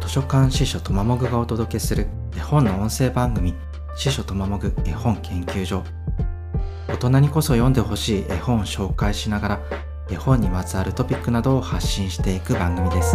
図書館司書とまもぐがお届けする絵本の音声番組、司書とまもぐ絵本研究所。大人にこそ読んでほしい絵本を紹介しながら、絵本にまつわるトピックなどを発信していく番組です。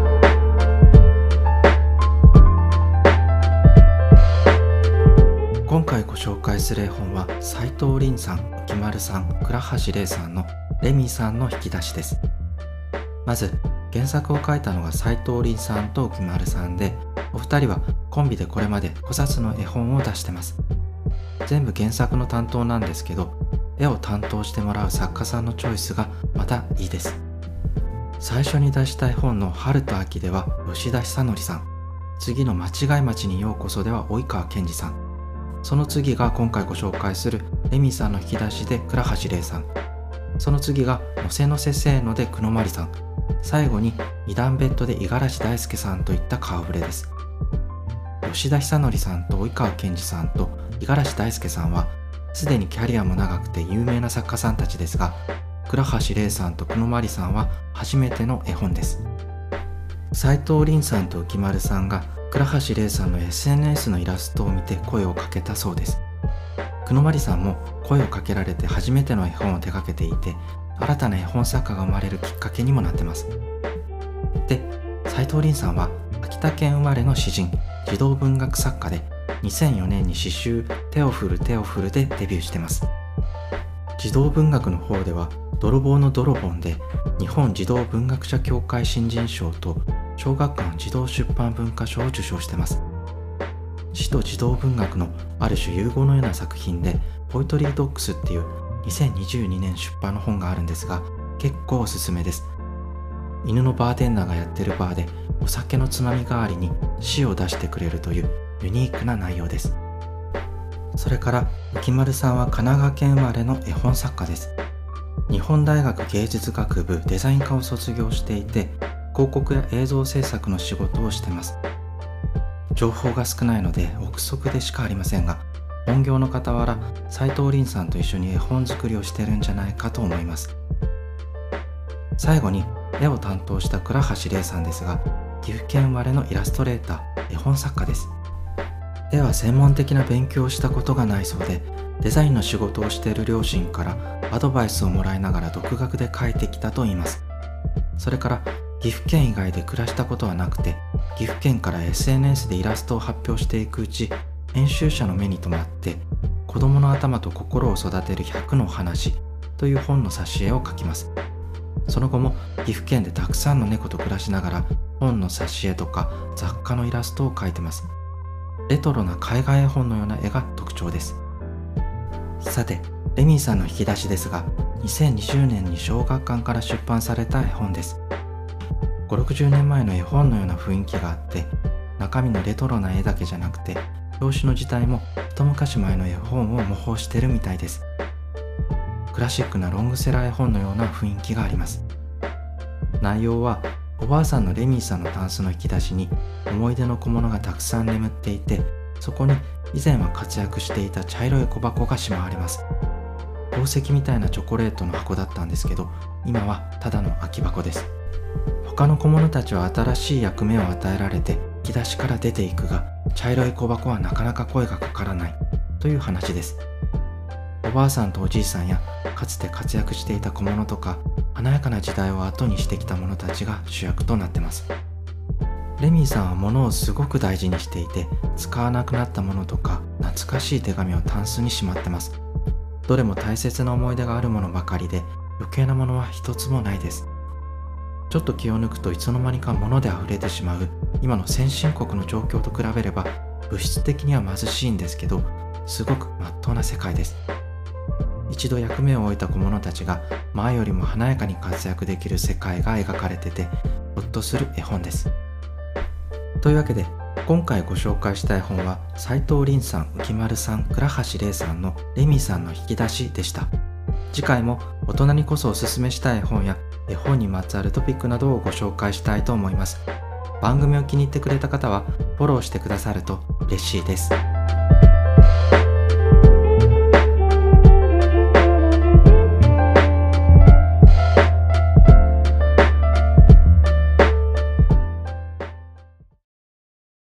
今回ご紹介する絵本は斉藤凛さん、浮丸さん、倉橋玲さんのレミさんの引き出しです。まず原作を書いたのが斉藤凛さんと浮丸さんで、お二人はコンビでこれまで5冊の絵本を出してます。全部原作の担当なんですけど、絵を担当してもらう作家さんのチョイスがまたいいです。最初に出した絵本の春と秋では吉田久典さん、次の間違い町にようこそでは及川健二さん、その次が今回ご紹介するレミさんの引き出しで倉橋玲さん、その次がのせのせせーので久野真理さん、最後に二段ベッドで五十嵐大輔さんといった顔ぶれです。吉田久典さんと及川健二さんと五十嵐大輔さんはすでにキャリアも長くて有名な作家さんたちですが、倉橋玲さんと久野真理さんは初めての絵本です。斉藤凛さんと浮丸さんが倉橋玲さんの SNS のイラストを見て声をかけたそうです。久野真理さんも声をかけられて初めての絵本を手掛けていて、新たな絵本作家が生まれるきっかけにもなってます。で、斉藤凛さんは秋田県生まれの詩人、児童文学作家で、2004年に詩集手を振る手を振るでデビューしてます。児童文学の方では泥棒の泥本で日本児童文学者協会新人賞と小学館児童出版文化賞を受賞してます。詩と児童文学のある種融合のような作品で、ポイトリードッグスっていう2022年出版の本があるんですが、結構おすすめです。犬のバーテンダーがやってるバーでお酒のつまみ代わりに詩を出してくれるというユニークな内容です。それから浮丸さんは神奈川県生まれの絵本作家です。日本大学芸術学部デザイン科を卒業していて、広告や映像制作の仕事をしてます。情報が少ないので憶測でしかありませんが、本業の傍ら斉藤凛さんと一緒に絵本作りをしてるんじゃないかと思います。最後に絵を担当した倉橋玲さんですが、岐阜県生まれのイラストレーター、絵本作家です。絵は専門的な勉強をしたことがないそうで、デザインの仕事をしている両親からアドバイスをもらいながら独学で描いてきたといいます。それから岐阜県以外で暮らしたことはなくて、岐阜県から SNS でイラストを発表していくうち、編集者の目に留まって子供の頭と心を育てる100の話という本の挿絵を描きます。その後も岐阜県でたくさんの猫と暮らしながら本の挿絵とか雑貨のイラストを描いてます。レトロな海外絵本のような絵が特徴です。さて、レミーさんの引き出しですが、2020年に小学館から出版された絵本です。5、60年前の絵本のような雰囲気があって、中身のレトロな絵だけじゃなくて、表紙の字体も一昔前の絵本を模倣してるみたいです。クラシックなロングセラー絵本のような雰囲気があります。内容はおばあさんのレミーさんのタンスの引き出しに思い出の小物がたくさん眠っていて、そこに以前は活躍していた茶色い小箱がしまわれます。宝石みたいなチョコレートの箱だったんですけど、今はただの空き箱です。他の小物たちは新しい役目を与えられて引き出しから出ていくが、茶色い小箱はなかなか声がかからないという話です。おばあさんとおじいさんやかつて活躍していた小物とか、華やかな時代を後にしてきた者たちが主役となってます。レミーさんは物をすごく大事にしていて、使わなくなったものとか懐かしい手紙をタンスにしまってます。どれも大切な思い出があるものばかりで、余計なものは一つもないです。ちょっと気を抜くといつの間にか物で溢れてしまう今の先進国の状況と比べれば、物質的には貧しいんですけど、すごくまっとうな世界です。一度役目を終えた小物たちが前よりも華やかに活躍できる世界が描かれてて、ほっとする絵本です。というわけで、今回ご紹介した絵本は斉藤凛さん、浮丸さん、倉橋玲さんのレミさんの引き出しでした。次回も大人にこそおすすめしたい絵本や絵本にまつわるトピックなどをご紹介したいと思います。番組を気に入ってくれた方はフォローしてくださると嬉しいです。